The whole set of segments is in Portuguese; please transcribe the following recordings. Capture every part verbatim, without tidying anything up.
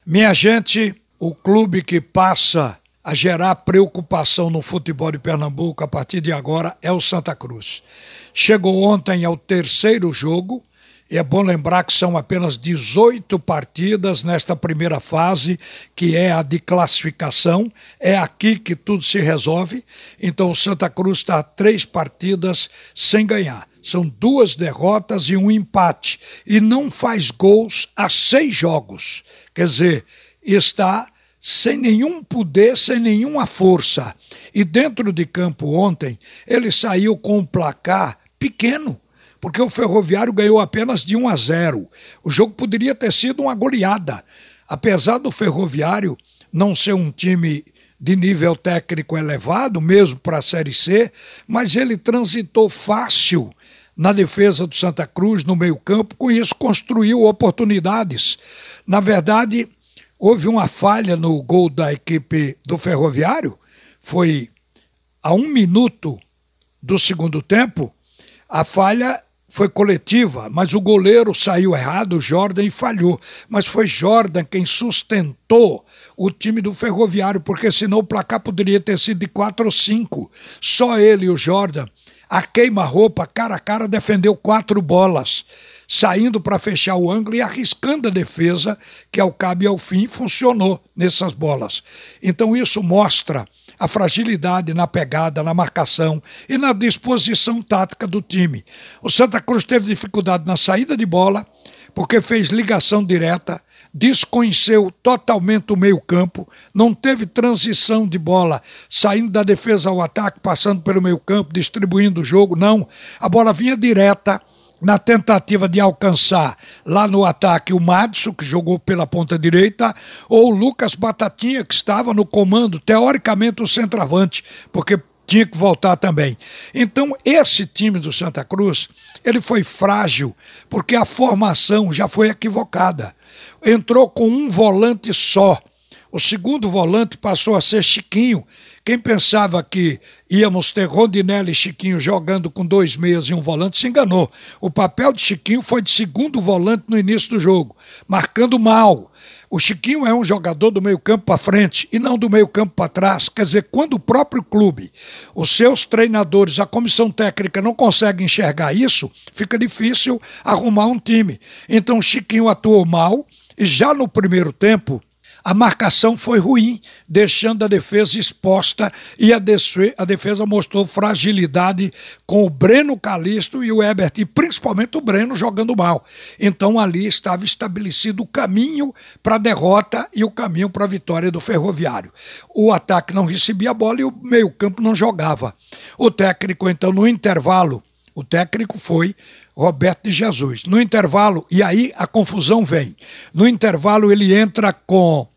Minha gente, o clube que passa a gerar preocupação no futebol de Pernambuco a partir de agora é o Santa Cruz. Chegou ontem ao terceiro jogo, e é bom lembrar que são apenas dezoito partidas nesta primeira fase, que é a de classificação. É aqui que tudo se resolve. Então o Santa Cruz está a três partidas sem ganhar. São duas derrotas e um empate. E não faz gols há seis jogos. Quer dizer, está sem nenhum poder, sem nenhuma força. E dentro de campo ontem, ele saiu com um placar pequeno, porque o Ferroviário ganhou apenas de um a zero. O jogo poderia ter sido uma goleada. Apesar do Ferroviário não ser um time de nível técnico elevado, mesmo para a Série C, mas ele transitou fácil na defesa do Santa Cruz, no meio-campo, com isso construiu oportunidades. Na verdade, houve uma falha no gol da equipe do Ferroviário, foi a um minuto do segundo tempo. A falha foi coletiva, mas o goleiro saiu errado, o Jordan, e falhou. Mas foi Jordan quem sustentou o time do Ferroviário, porque senão o placar poderia ter sido de quatro ou cinco. Só ele e o Jordan, a queima-roupa, cara a cara, defendeu quatro bolas, saindo para fechar o ângulo e arriscando a defesa, que ao cabo e ao fim funcionou nessas bolas. Então isso mostra a fragilidade na pegada, na marcação e na disposição tática do time. O Santa Cruz teve dificuldade na saída de bola, porque fez ligação direta, desconheceu totalmente o meio-campo, não teve transição de bola, saindo da defesa ao ataque, passando pelo meio-campo, distribuindo o jogo, não. A bola vinha direta, na tentativa de alcançar lá no ataque o Madison, que jogou pela ponta direita, ou o Lucas Batatinha, que estava no comando, teoricamente o centroavante, porque tinha que voltar também. Então esse time do Santa Cruz, ele foi frágil, porque a formação já foi equivocada. Entrou com um volante só. O segundo volante passou a ser Chiquinho. Quem pensava que íamos ter Rondinelli e Chiquinho jogando com dois meias e um volante se enganou. O papel de Chiquinho foi de segundo volante no início do jogo, marcando mal. O Chiquinho é um jogador do meio campo para frente e não do meio campo para trás. Quer dizer, quando o próprio clube, os seus treinadores, a comissão técnica não conseguem enxergar isso, fica difícil arrumar um time. Então o Chiquinho atuou mal e já no primeiro tempo a marcação foi ruim, deixando a defesa exposta, e a defesa, a defesa mostrou fragilidade com o Breno Calixto e o Herbert, e principalmente o Breno jogando mal. Então ali estava estabelecido o caminho para a derrota e o caminho para a vitória do Ferroviário. O ataque não recebia a bola e o meio-campo não jogava. O técnico, então, no intervalo, o técnico foi Roberto de Jesus. No intervalo, e aí a confusão vem, no intervalo ele entra com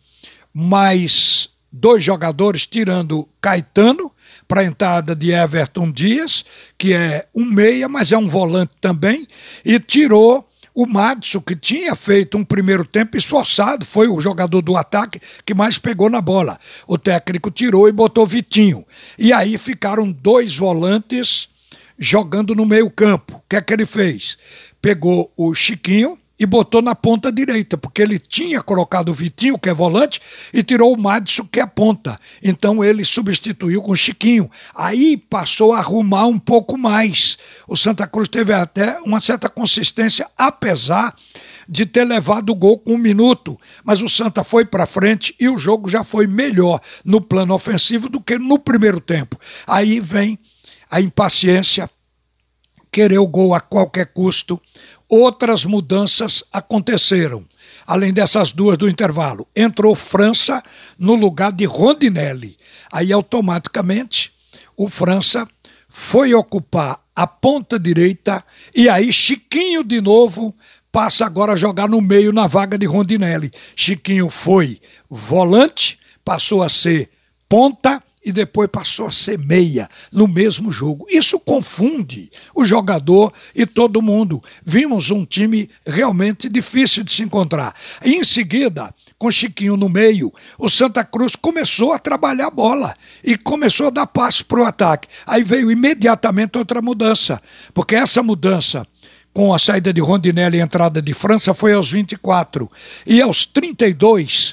mais dois jogadores, tirando Caetano, para a entrada de Everton Dias, que é um meia, mas é um volante também, e tirou o Madison, que tinha feito um primeiro tempo esforçado, foi o jogador do ataque que mais pegou na bola. O técnico tirou e botou Vitinho. E aí ficaram dois volantes jogando no meio campo. O que é que ele fez? Pegou o Chiquinho e botou na ponta direita, porque ele tinha colocado o Vitinho, que é volante, e tirou o Madison, que é ponta. Então ele substituiu com o Chiquinho. Aí passou a arrumar um pouco mais. O Santa Cruz teve até uma certa consistência, apesar de ter levado o gol com um minuto. Mas o Santa foi para frente e o jogo já foi melhor no plano ofensivo do que no primeiro tempo. Aí vem a impaciência, querer o gol a qualquer custo. Outras mudanças aconteceram, além dessas duas do intervalo. Entrou França no lugar de Rondinelli. Aí automaticamente o França foi ocupar a ponta direita e aí Chiquinho de novo passa agora a jogar no meio na vaga de Rondinelli. Chiquinho foi volante, passou a ser ponta e depois passou a ser meia no mesmo jogo. Isso confunde o jogador e todo mundo. Vimos um time realmente difícil de se encontrar. E em seguida, com Chiquinho no meio, o Santa Cruz começou a trabalhar a bola e começou a dar passo para o ataque. Aí veio imediatamente outra mudança, porque essa mudança com a saída de Rondinelli e a entrada de França foi aos vinte e quatro. E aos trinta e dois,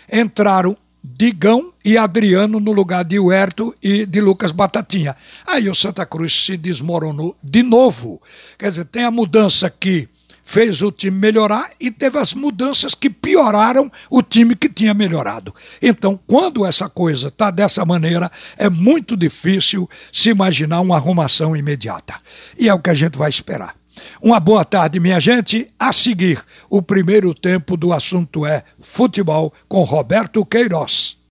entraram Digão e Adriano no lugar de Huerto e de Lucas Batatinha. Aí o Santa Cruz se desmoronou de novo. Quer dizer, tem a mudança que fez o time melhorar e teve as mudanças que pioraram o time que tinha melhorado. Então, quando essa coisa está dessa maneira, é muito difícil se imaginar uma arrumação imediata. E é o que a gente vai esperar. Uma boa tarde, minha gente. A seguir, o primeiro tempo do Assunto é Futebol com Roberto Queiroz.